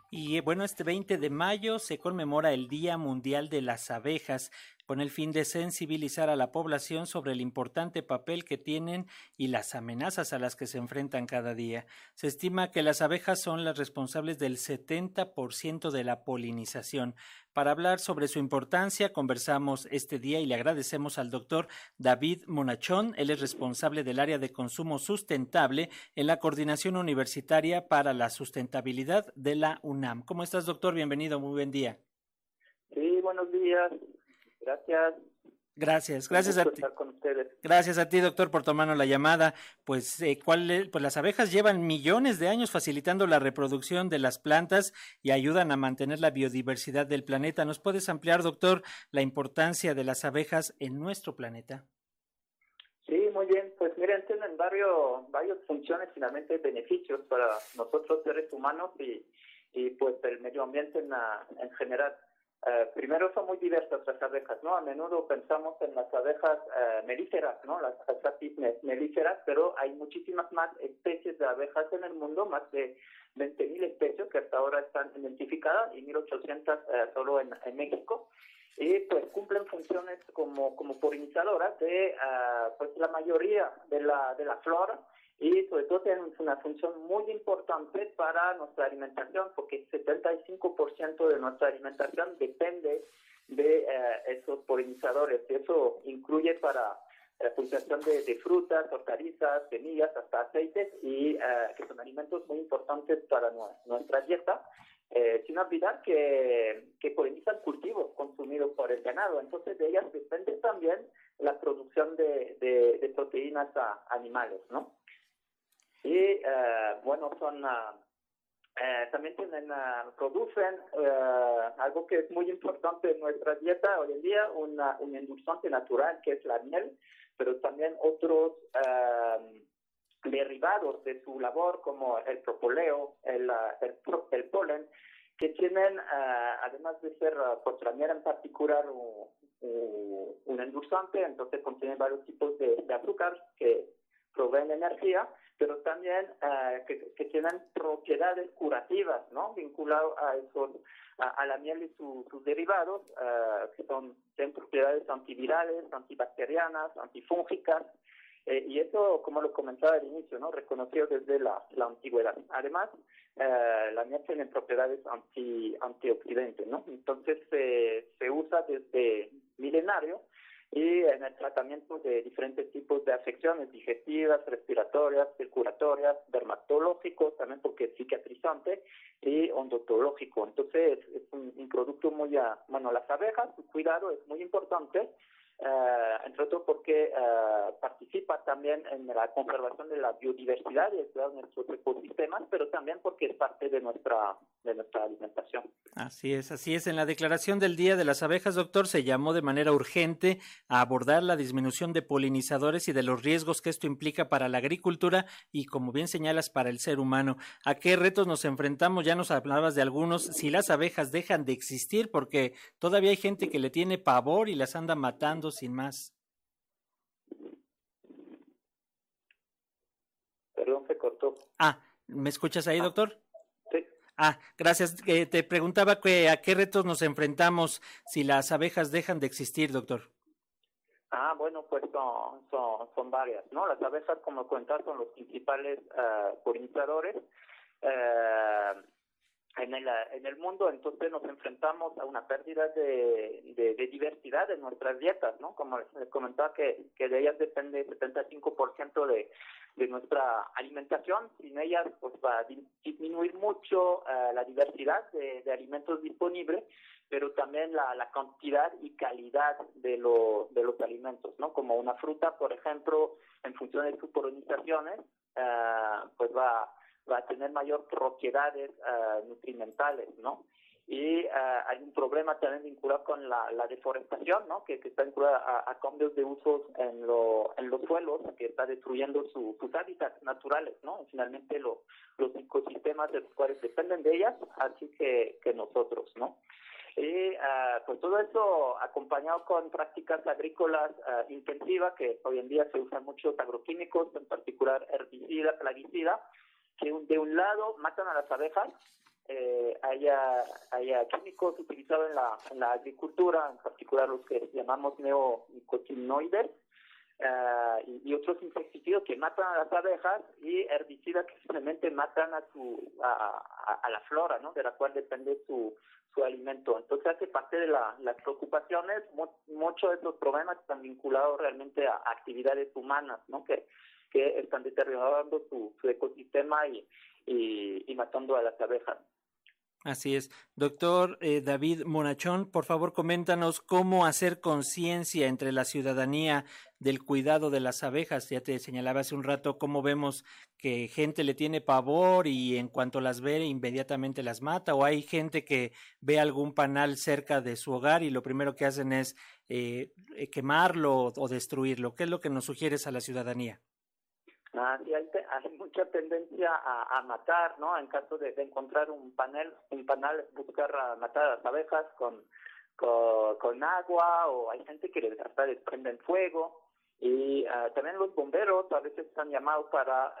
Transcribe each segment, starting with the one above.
Y bueno, este 20 de mayo se conmemora el Día Mundial de las Abejas, con el fin de sensibilizar a la población sobre el importante papel que tienen y las amenazas a las que se enfrentan cada día. Se estima que las abejas son las responsables del 70% de la polinización. Para hablar sobre su importancia, conversamos este día y le agradecemos al doctor David Monachón. Él es responsable del área de consumo sustentable en la Coordinación Universitaria para la Sustentabilidad de la UNAM. ¿Cómo estás, doctor? Bienvenido, muy buen día. Sí, buenos días. Gracias. Gracias a ti. Estar con ustedes. Gracias a ti, doctor, por tomarnos la llamada. Pues las abejas llevan millones de años facilitando la reproducción de las plantas y ayudan a mantener la biodiversidad del planeta. ¿Nos puedes ampliar, doctor, la importancia de las abejas en nuestro planeta? Sí, muy bien. Pues miren, tienen varias funciones, finalmente beneficios para nosotros seres humanos y pues el medio ambiente en general. Primero, son muy diversas las abejas, ¿no? A menudo pensamos en las abejas melíferas, ¿no? Las Apis melíferas, pero hay muchísimas más especies de abejas en el mundo, más de 20.000 especies que hasta ahora están identificadas y 1.800 solo en México. Y pues cumplen funciones como polinizadoras de pues la mayoría de la flora, y sobre todo tienen una función muy importante para nuestra alimentación, porque el 75% de nuestra alimentación depende de esos polinizadores, y eso incluye para la pulsación de frutas, hortalizas, semillas, hasta aceites, y que son alimentos muy importantes para nuestra dieta. Sin olvidar que polinizan cultivos consumidos por el ganado, entonces de ellas depende también la producción de proteínas animales, ¿no? Y bueno, también producen algo que es muy importante en nuestra dieta hoy en día, un endulzante natural que es la miel, pero también otros derivados de su labor, como el propóleo, el polen, que tienen, además de ser pues la miel en particular un endulzante, entonces contiene varios tipos de azúcar que proveen energía, pero también que tienen propiedades curativas, ¿no? Vinculadas a la miel y sus derivados, que tienen propiedades antivirales, antibacterianas, antifúngicas, y eso, como lo comentaba al inicio, ¿no? Reconocido desde la antigüedad. Además, la miel tiene propiedades antioxidantes, ¿no? Entonces, se usa desde milenario y en el tratamiento de diferentes tipos de afecciones digestivas, respiratorias, circulatorias, dermatológicos, también porque es cicatrizante, y odontológico. Entonces es un producto muy, bueno, las abejas, su cuidado es muy importante, entre otros porque participa también en la conservación de la biodiversidad y de nuestros ecosistemas, pero también porque es parte de nuestra alimentación. Así es. En la declaración del Día de las Abejas, doctor, se llamó de manera urgente a abordar la disminución de polinizadores y de los riesgos que esto implica para la agricultura y, como bien señalas, para el ser humano. ¿A qué retos nos enfrentamos? Ya nos hablabas de algunos. Si las abejas dejan de existir, porque todavía hay gente que le tiene pavor y las anda matando sin más. Perdón, se cortó. ¿Me escuchas ahí, doctor? Sí. Gracias. Te preguntaba a qué retos nos enfrentamos si las abejas dejan de existir, doctor. Bueno, pues son varias, ¿no? Las abejas, como comentas, son los principales polinizadores en el mundo. Entonces nos enfrentamos a una pérdida de diversidad en nuestras dietas, ¿no? Como les comentaba, que de ellas depende el 75% de nuestra alimentación. Sin ellas pues va a disminuir mucho la diversidad de alimentos disponibles, pero también la cantidad y calidad de los alimentos, ¿no? Como una fruta, por ejemplo, en función de sus polinizaciones, pues va a tener mayor propiedades nutrimentales, ¿no? Y hay un problema también vinculado con la deforestación, ¿no? Que está vinculada a cambios de usos en los suelos, que está destruyendo sus hábitats naturales, ¿no? Y finalmente los ecosistemas de los cuales dependen de ellas, así que nosotros, ¿no? Y pues todo eso acompañado con prácticas agrícolas intensivas, que hoy en día se usan muchos agroquímicos, en particular herbicida, plaguicida, que de un lado matan a las abejas, haya químicos utilizados en la agricultura, en particular los que llamamos neonicotinoides, y otros insecticidas que matan a las abejas y herbicidas que simplemente matan a la flora, ¿no? De la cual depende su alimento. Entonces hace parte de las preocupaciones. Muchos de estos problemas están vinculados realmente a actividades humanas, ¿no? Que están deteriorando su ecosistema y matando a las abejas. Así es. Doctor David Monachón, por favor, coméntanos cómo hacer conciencia entre la ciudadanía del cuidado de las abejas. Ya te señalaba hace un rato cómo vemos que gente le tiene pavor y en cuanto las ve inmediatamente las mata, o hay gente que ve algún panal cerca de su hogar y lo primero que hacen es quemarlo o destruirlo. ¿Qué es lo que nos sugieres a la ciudadanía? Sí, hay mucha tendencia a matar, ¿no? En caso de encontrar un panal, buscar matar a las abejas con agua, o hay gente que hasta les prenden fuego, y también los bomberos a veces están llamados para,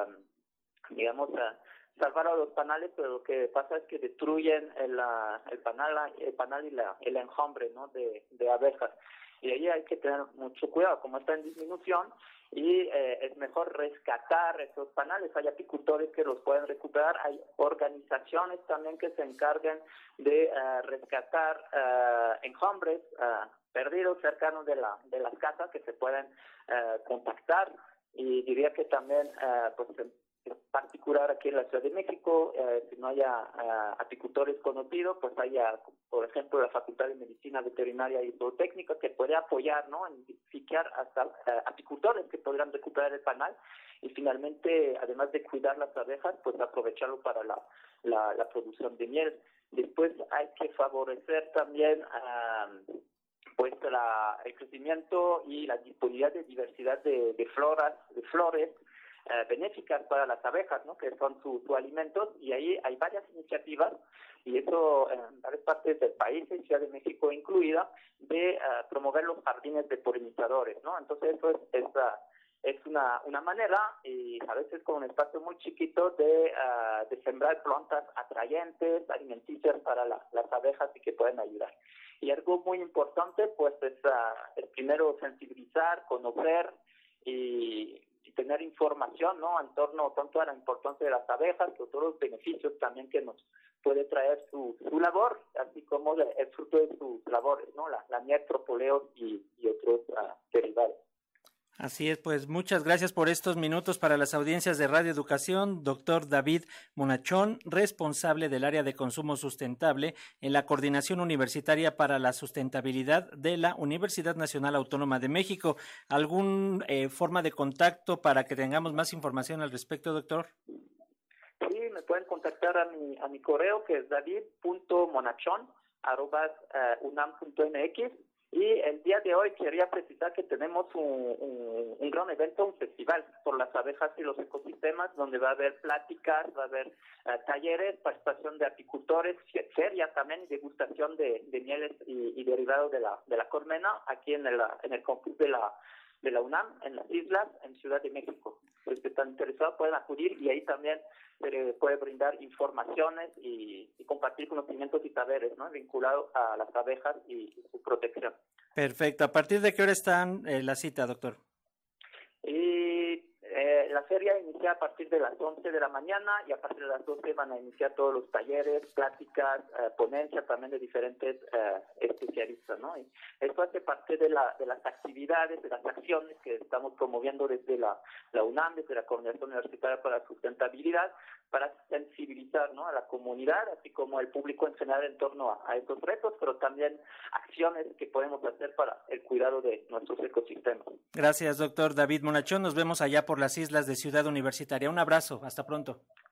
salvar a los panales, pero lo que pasa es que destruyen el panal y el enjambre, ¿no? de abejas. Y ahí hay que tener mucho cuidado, como está en disminución, y es mejor rescatar esos panales. Hay apicultores que los pueden recuperar, hay organizaciones también que se encargan de rescatar enjambres perdidos cercanos de las casas que se pueden contactar. Y diría que también, en particular aquí en la Ciudad de México, si no haya apicultores conocidos, pues haya, por ejemplo, la Facultad de Medicina Veterinaria y Zootécnica, que puede apoyar, ¿no?, en identificar hasta apicultores que podrán recuperar el panal y finalmente, además de cuidar las abejas, pues aprovecharlo para la producción de miel. Después hay que favorecer también pues el crecimiento y la disponibilidad de diversidad de flores benéficas para las abejas, ¿no?, que son su alimento, y ahí hay varias iniciativas, y eso en varias partes del país, en Ciudad de México incluida, de promover los jardines de polinizadores, ¿no? Entonces eso es una manera, y a veces con un espacio muy chiquito, de sembrar plantas atrayentes, alimenticias para las abejas y que pueden ayudar. Y algo muy importante, pues, es primero sensibilizar, conocer y tener información, ¿no?, en torno tanto a la importancia de las abejas, que todos los beneficios también que nos puede traer su labor, así como el fruto de sus labores, ¿no?, la miel, propóleos y otros derivados. Así es, pues muchas gracias por estos minutos para las audiencias de Radio Educación, doctor David Monachón, responsable del área de consumo sustentable en la Coordinación Universitaria para la Sustentabilidad de la Universidad Nacional Autónoma de México. ¿Algún forma de contacto para que tengamos más información al respecto, doctor? Sí, me pueden contactar a mi correo, que es david.monachon@unam.mx. Y el día de hoy quería precisar que tenemos un gran evento, un festival por las abejas y los ecosistemas, donde va a haber pláticas, va a haber talleres, participación de apicultores, feria también, degustación de mieles y derivados de la colmena, aquí en el campus de la UNAM, en las islas, en Ciudad de México. Los que están interesados pueden acudir, y ahí también se puede brindar informaciones y compartir conocimientos y saberes, ¿no?, vinculados a las abejas y su protección. Perfecto. ¿A partir de qué hora están la cita, doctor? La feria inicia a partir de las 11 de la mañana, y a partir de las 12 van a iniciar todos los talleres, pláticas, ponencias también de diferentes especialistas, ¿no? Y esto hace parte de las actividades, de las acciones que estamos promoviendo desde la UNAM, desde la Coordinación Universitaria para la Sustentabilidad, para sensibilizar, ¿no?, a la comunidad, así como al público en general en torno a estos retos, pero también acciones que podemos hacer para el cuidado de nuestros ecosistemas. Gracias, doctor David Monachón. Nos vemos allá por las islas de Ciudad Universitaria. Un abrazo. Hasta pronto.